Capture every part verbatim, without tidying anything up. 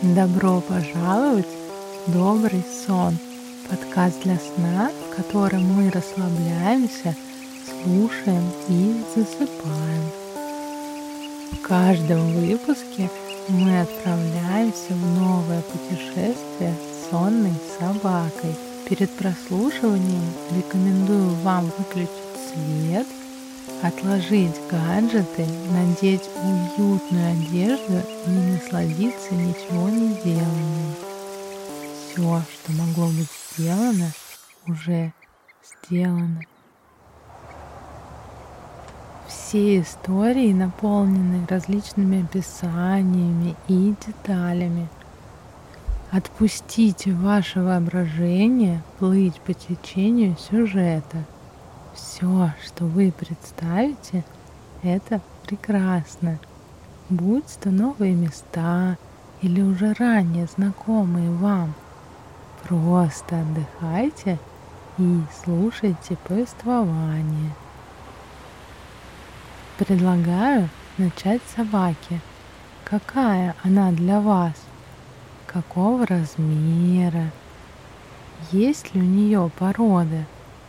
Добро пожаловать в Добрый сон, подкаст для сна, в котором мы расслабляемся, слушаем и засыпаем. В каждом выпуске мы отправляемся в новое путешествие с сонной собакой. Перед прослушиванием рекомендую вам выключить свет, отложить гаджеты, надеть уютную одежду и насладиться ничего не деланием. Все, что могло быть сделано, уже сделано. Все истории наполнены различными описаниями и деталями. Отпустите ваше воображение плыть по течению сюжета. Все, что вы представите, это прекрасно. Будь то новые места или уже ранее знакомые вам. Просто отдыхайте и слушайте повествование. Предлагаю начать с собаки. Какая она для вас? Какого размера? Есть ли у нее породы?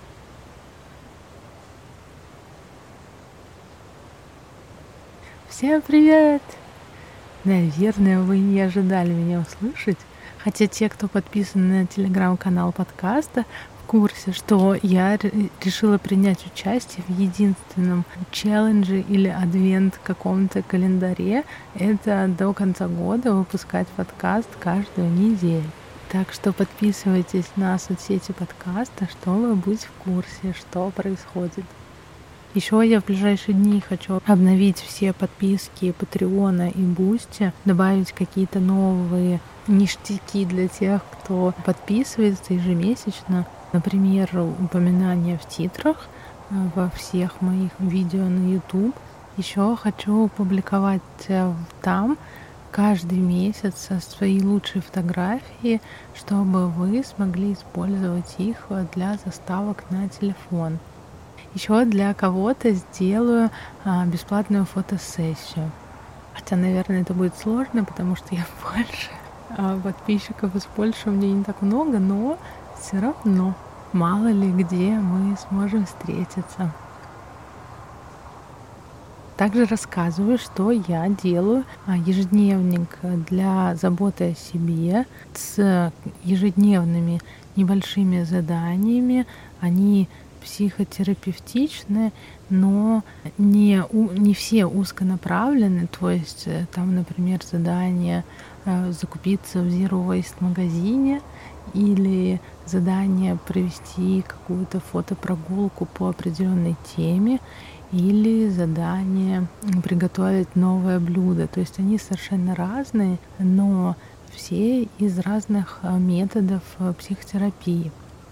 Всем привет! Наверное, вы не ожидали меня услышать, хотя те, кто подписан на телеграм-канал подкаста, в курсе, что я решила принять участие в единственном челлендже или адвент каком-то календаре. Это до конца года выпускать подкаст каждую неделю. Так что подписывайтесь на соцсети подкаста, чтобы быть в курсе, что происходит. Еще я в ближайшие дни хочу обновить все подписки Патреона и Бусти, добавить какие-то новые ништяки для тех, кто подписывается ежемесячно. Например, упоминания в титрах во всех моих видео на YouTube. Еще хочу публиковать там каждый месяц свои лучшие фотографии, чтобы вы смогли использовать их для заставок на телефон. Еще для кого-то сделаю а, бесплатную фотосессию. Хотя, наверное, это будет сложно, потому что я в Польше, а подписчиков из Польши у меня не так много, но все равно мало ли где мы сможем встретиться. Также рассказываю, что я делаю ежедневник для заботы о себе с ежедневными небольшими заданиями. Они психотерапевтичны, но не, у, не все узконаправлены. То есть там, например, задание э, закупиться в Zero Waste магазине или задание провести какую-то фотопрогулку по определенной теме или задание приготовить новое блюдо. То есть они совершенно разные, но все из разных методов психотерапии.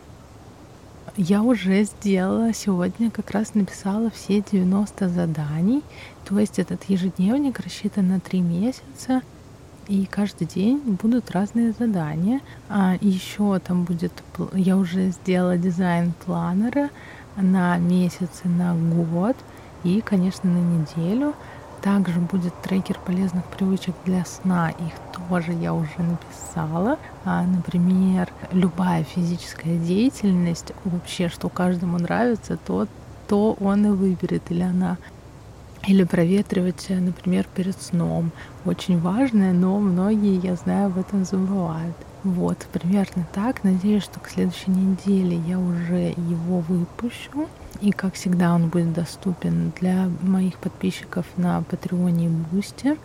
Я уже сделала сегодня, как раз написала все девяносто заданий. То есть этот ежедневник рассчитан на три месяца. И каждый день будут разные задания. А еще там будет, я уже сделала дизайн планера на месяц и на год. И, конечно, на неделю. Также будет трекер полезных привычек для сна. Их тоже я уже написала. А, например, любая физическая деятельность, вообще, что каждому нравится, то, то он и выберет, или она. Или проветривать, например, перед сном. Очень важное, но многие, я знаю, об этом забывают. Вот, примерно так. Надеюсь, что к следующей неделе я уже его выпущу. И, как всегда, он будет доступен для моих подписчиков на Патреоне и Бусти.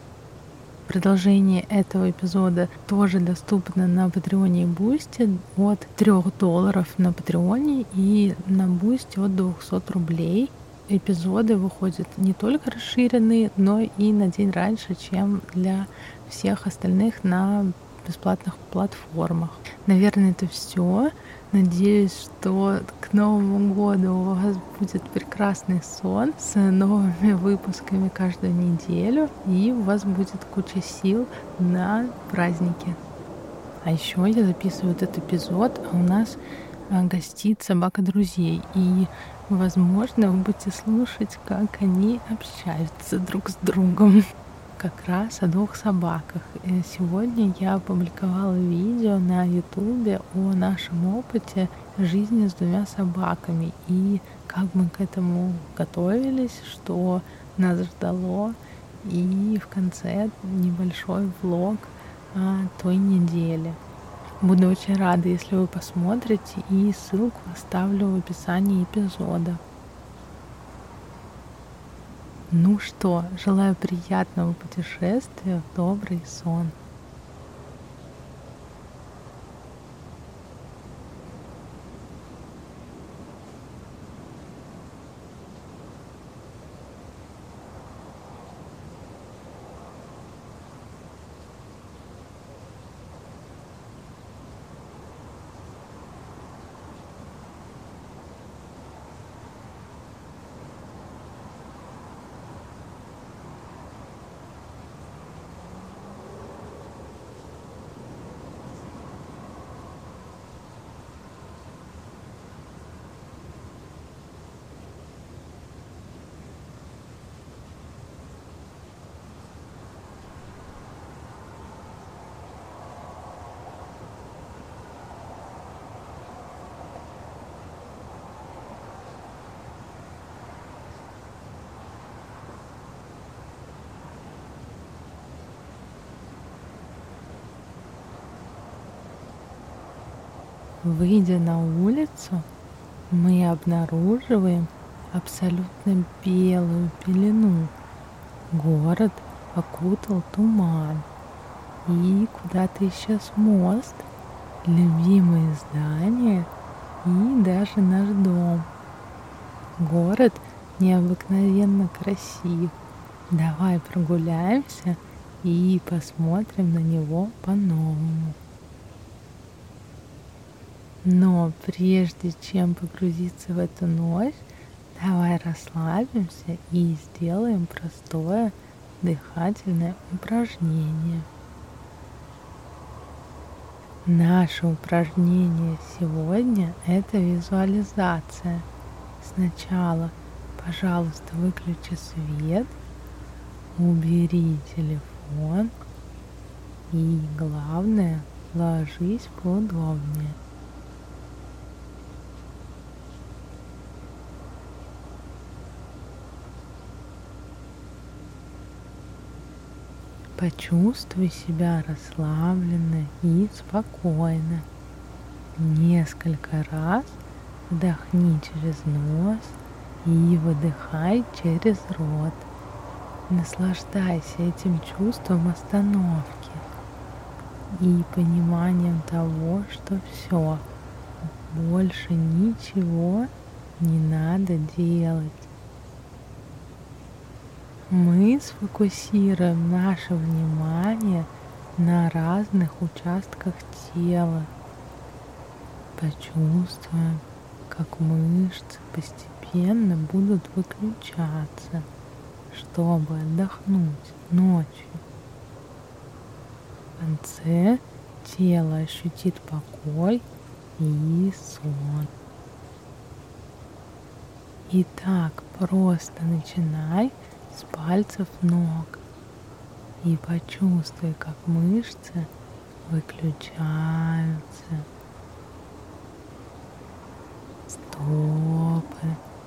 Продолжение этого эпизода тоже доступно на Патреоне и Бусти от трёх долларов на Патреоне и на Бусти от двухсот рублей. Эпизоды выходят не только расширенные, но и на день раньше, чем для всех остальных на бесплатных платформах. Наверное, это все. Надеюсь, что к Новому году у вас будет прекрасный сон с новыми выпусками каждую неделю, и у вас будет куча сил на праздники. А еще я записываю этот эпизод, а у нас гостит собака друзей, и, возможно, вы будете слушать, как они общаются друг с другом. как раз о двух собаках. И сегодня я опубликовала видео на ютубе о нашем опыте жизни с двумя собаками и как мы к этому готовились, что нас ждало. И в конце небольшой влог о той неделе. Буду очень рада, если вы посмотрите, и ссылку оставлю в описании эпизода. Ну что, желаю приятного путешествия, добрый сон. Выйдя на улицу, мы обнаруживаем абсолютно белую пелену. Город окутал туман, и куда-то исчез мост, любимые здания и даже наш дом. Город необыкновенно красив. Давай прогуляемся и посмотрим на него по-новому. Но прежде чем погрузиться в эту ночь, давай расслабимся и сделаем простое дыхательное упражнение. Наше упражнение сегодня – это визуализация. Сначала, пожалуйста, выключи свет, убери телефон и, главное, ложись поудобнее. Почувствуй себя расслабленно и спокойно. Несколько раз вдохни через нос и выдыхай через рот. Наслаждайся этим чувством остановки и пониманием того, что все, больше ничего не надо делать. Мы сфокусируем наше внимание на разных участках тела. Почувствуем, как мышцы постепенно будут выключаться, чтобы отдохнуть ночью. В конце тело ощутит покой и сон. Итак, просто начинай с пальцев ног и почувствуй, как мышцы выключаются. Стопы,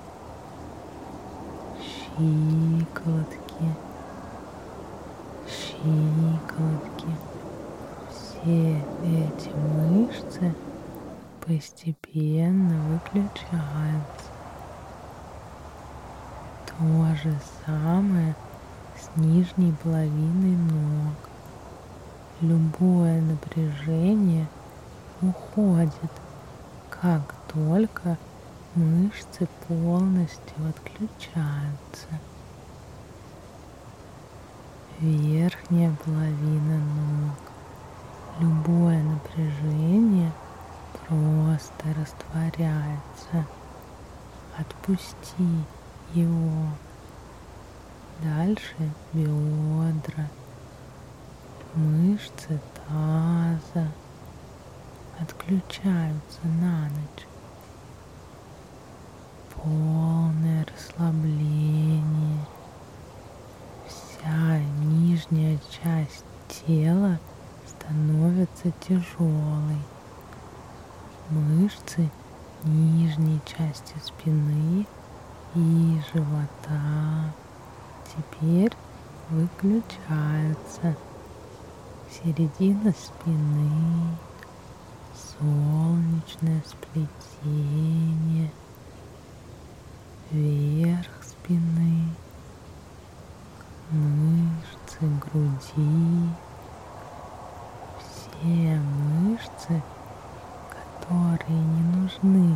щиколотки, щиколотки. Все эти мышцы постепенно выключаются. То же самое с нижней половиной ног. Любое напряжение уходит, как только мышцы полностью отключаются. Верхняя половина ног. Любое напряжение просто растворяется. Отпусти его. Дальше бедра, мышцы таза отключаются на ночь. Полное расслабление. Вся нижняя часть тела становится тяжелой. Мышцы нижней части спины и живота теперь выключаются. Середина спины, солнечное сплетение, верх спины, мышцы груди, все мышцы, которые не нужны,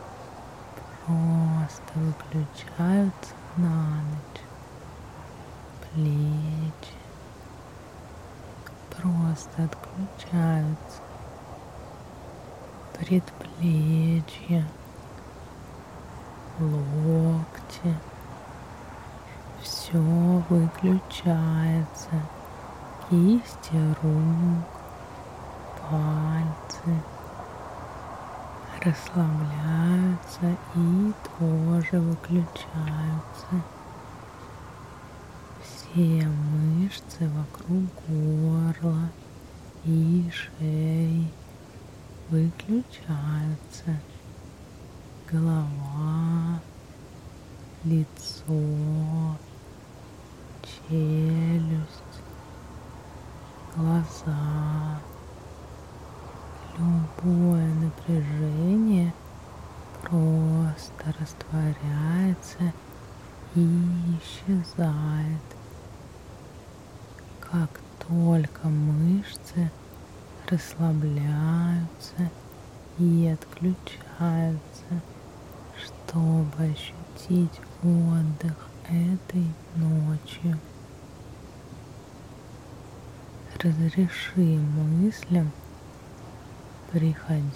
просто выключаются на ночь. Плечи просто отключаются. Предплечья, локти, все выключается. Кисти рук, пальцы расслабляются и тоже выключаются. Все мышцы вокруг горла и шеи выключаются. Голова, лицо, челюсть, глаза. Любое напряжение просто растворяется и исчезает. Как только мышцы расслабляются и отключаются, чтобы ощутить отдых этой ночью. Разреши мыслям приходить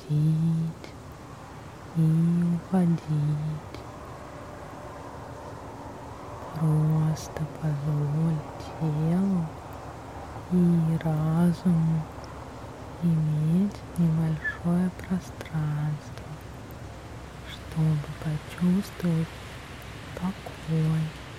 и уходить. Просто позволь телу и разуму иметь небольшое пространство, чтобы почувствовать покой.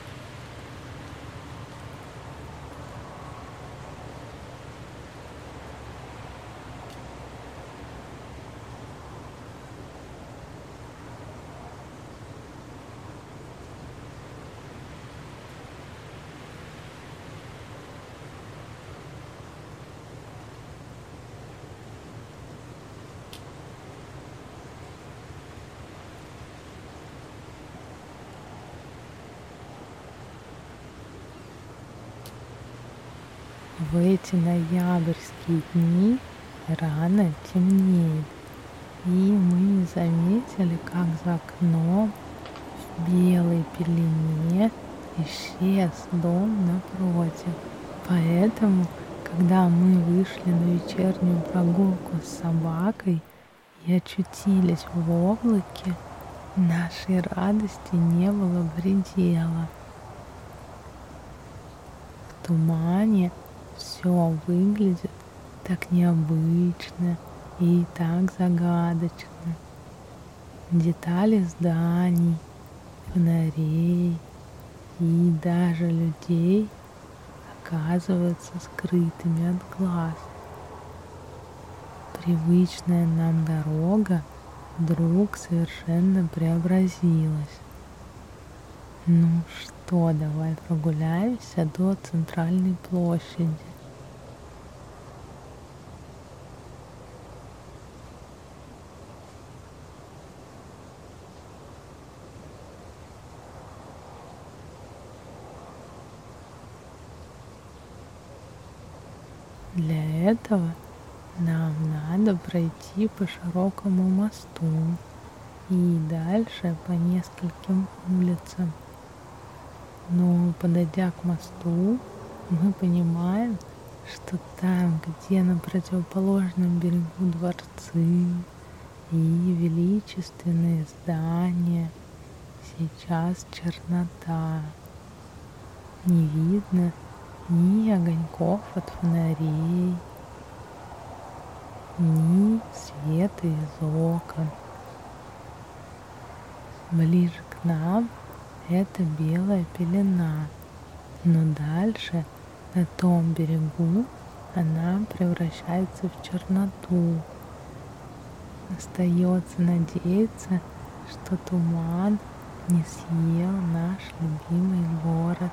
В эти ноябрьские дни рано темнеет, и мы не заметили, как за окном в белой пелене исчез дом напротив. Поэтому, когда мы вышли на вечернюю прогулку с собакой и очутились в облаке, нашей радости не было предела. В тумане все выглядит так необычно и так загадочно. Детали зданий, фонарей и даже людей оказываются скрытыми от глаз. Привычная нам дорога вдруг совершенно преобразилась. Ну что, давай прогуляемся до центральной площади. Для этого нам надо пройти по широкому мосту и дальше по нескольким улицам. Но подойдя к мосту, мы понимаем, что там, где на противоположном берегу дворцы и величественные здания, сейчас чернота. Не видно ни огоньков от фонарей, ни света из окон. Ближе к нам это белая пелена, но дальше На том берегу она превращается в черноту. Остается надеяться, что туман не съел наш любимый город.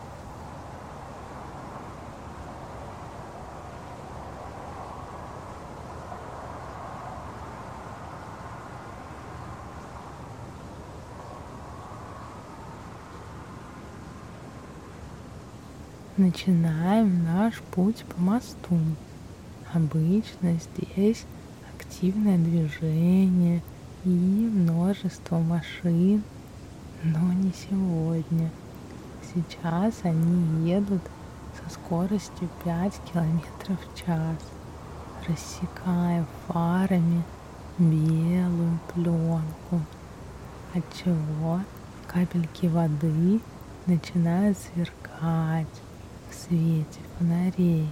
Начинаем наш путь по мосту. Обычно здесь активное движение и множество машин, но не сегодня. Сейчас они едут со скоростью пять километров в час, рассекая фарами белую пленку, отчего капельки воды начинают сверкать в свете фонарей.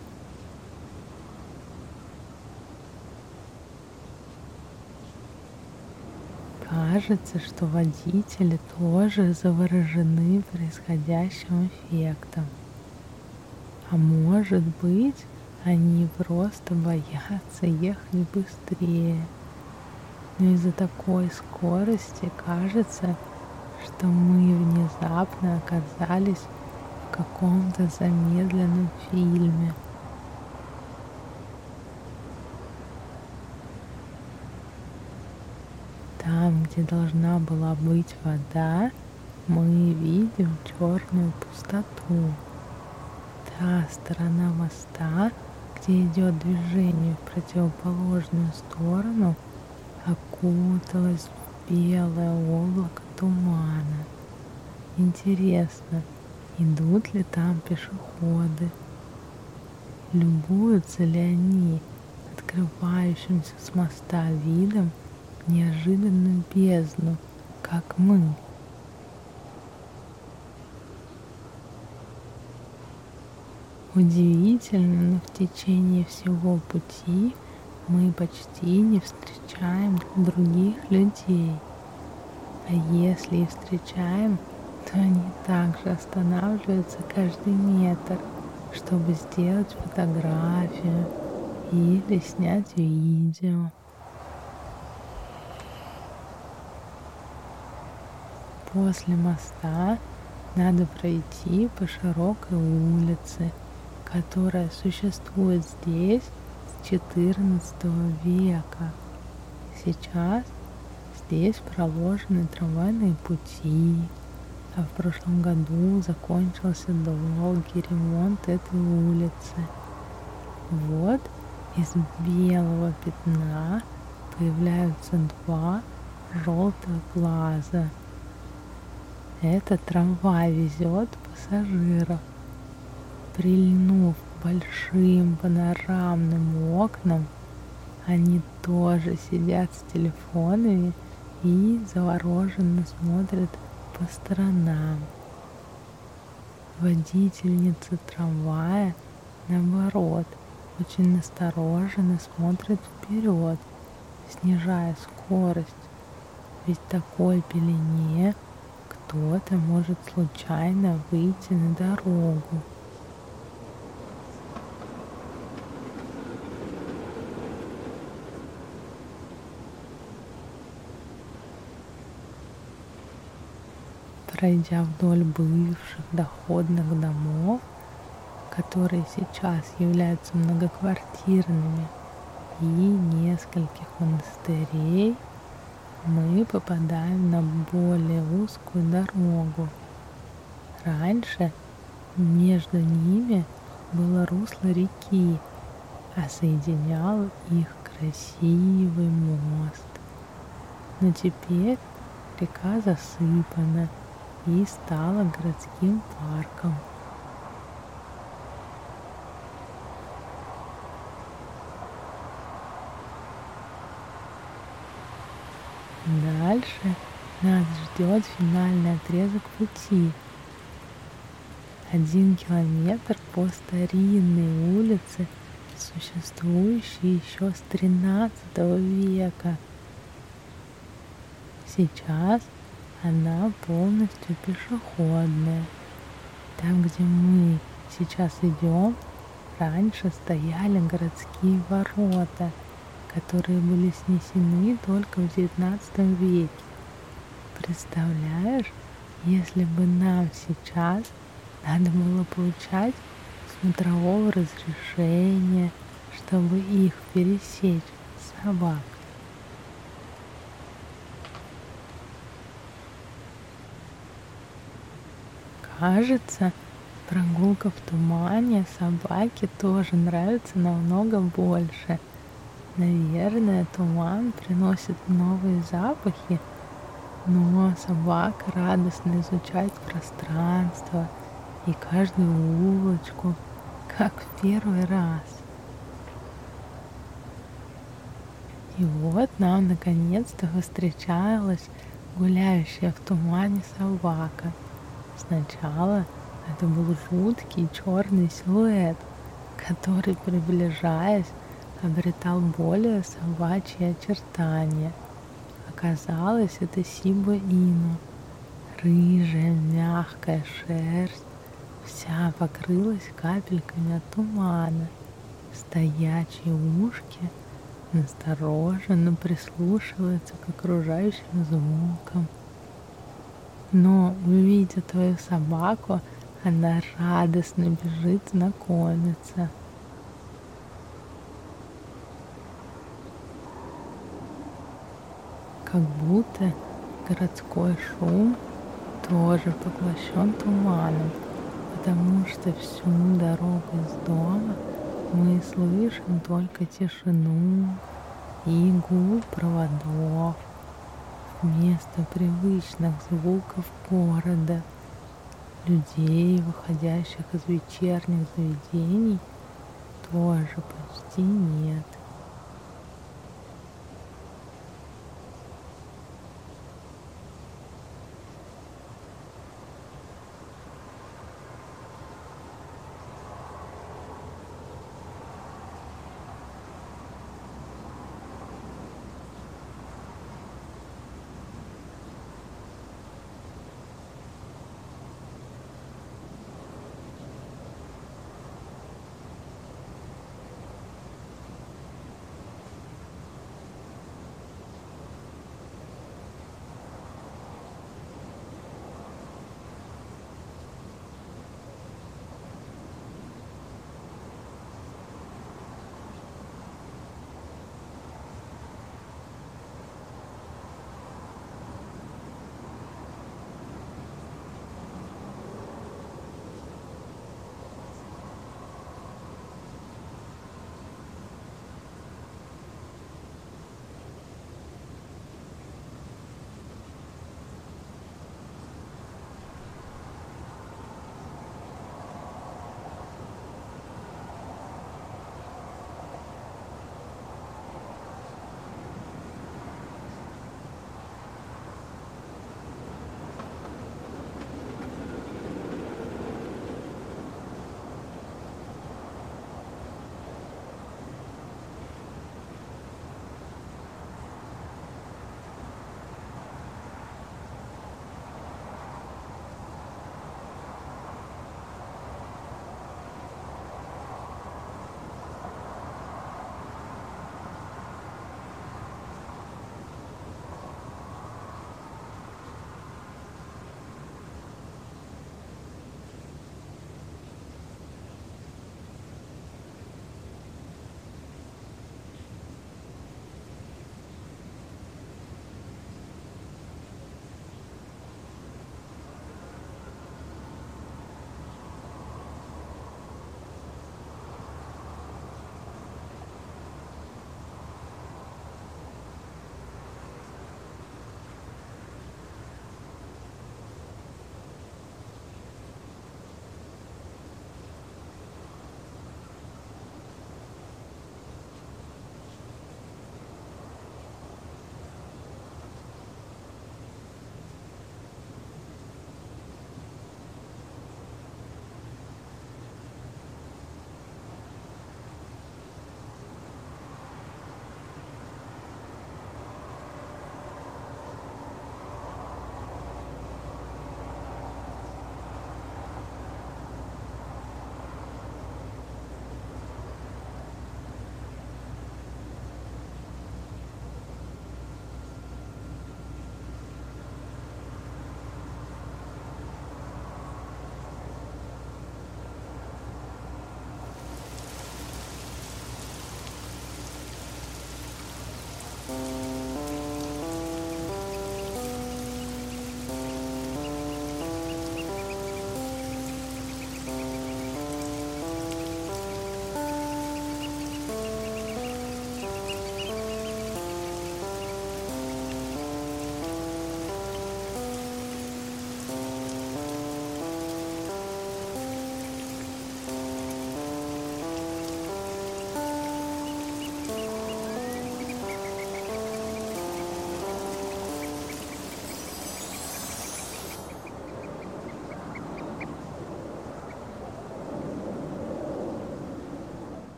Кажется, что водители тоже заворожены происходящим эффектом. А может быть, они просто боятся ехать быстрее. Но из-за такой скорости кажется, что мы внезапно оказались в каком-то замедленном фильме. Там, где должна была быть вода, мы видим черную пустоту. Та сторона моста, где идет движение в противоположную сторону, окуталась в белое облако тумана. Интересно, идут ли там пешеходы? Любуются ли они открывающимся с моста видом в неожиданную бездну, как мы? Удивительно, но в течение всего пути мы почти не встречаем других людей. А если и встречаем, то они также останавливаются каждый метр, чтобы сделать фотографию или снять видео. После моста надо пройти по широкой улице, которая существует здесь с четырнадцатого века. Сейчас здесь проложены трамвайные пути, а в прошлом году закончился долгий ремонт этой улицы. Вот из белого пятна появляются два желтых глаза. Этот трамвай везет пассажиров. Прильнув к большим панорамным окнам, они тоже сидят с телефонами и завороженно смотрят по сторонам. Водительница трамвая, наоборот, очень настороженно смотрит вперед, снижая скорость, ведь в такой пелене кто-то может случайно выйти на дорогу. Пройдя вдоль бывших доходных домов, которые сейчас являются многоквартирными, и нескольких монастырей, мы попадаем на более узкую дорогу. Раньше между ними было русло реки, а соединял их красивый мост. Но теперь река засыпана и стала городским парком. Дальше нас ждет финальный отрезок пути. Один километр по старинной улице, существующей еще с тринадцатого века. Сейчас она полностью пешеходная. Там, где мы сейчас идем, раньше стояли городские ворота, которые были снесены только в девятнадцатом веке. Представляешь, если бы нам сейчас надо было получать смотрового разрешения, чтобы их пересечь, собак. Кажется, прогулка в тумане собаке тоже нравится намного больше. Наверное, туман приносит новые запахи, но собака радостно изучает пространство и каждую улочку, как в первый раз. И вот нам наконец-то встречалась гуляющая в тумане собака. Сначала это был жуткий черный силуэт, который, приближаясь, обретал более собачьи очертания. Оказалось, это Сиба Ину. Рыжая, мягкая шерсть вся покрылась капельками от тумана. Стоячие ушки настороженно прислушиваются к окружающим звукам. Но, увидя твою собаку, она радостно бежит знакомиться. Как будто городской шум тоже поглощен туманом, потому что всю дорогу из дома мы слышим только тишину и гул проводов вместо привычных звуков города. Людей, выходящих из вечерних заведений, тоже почти нет.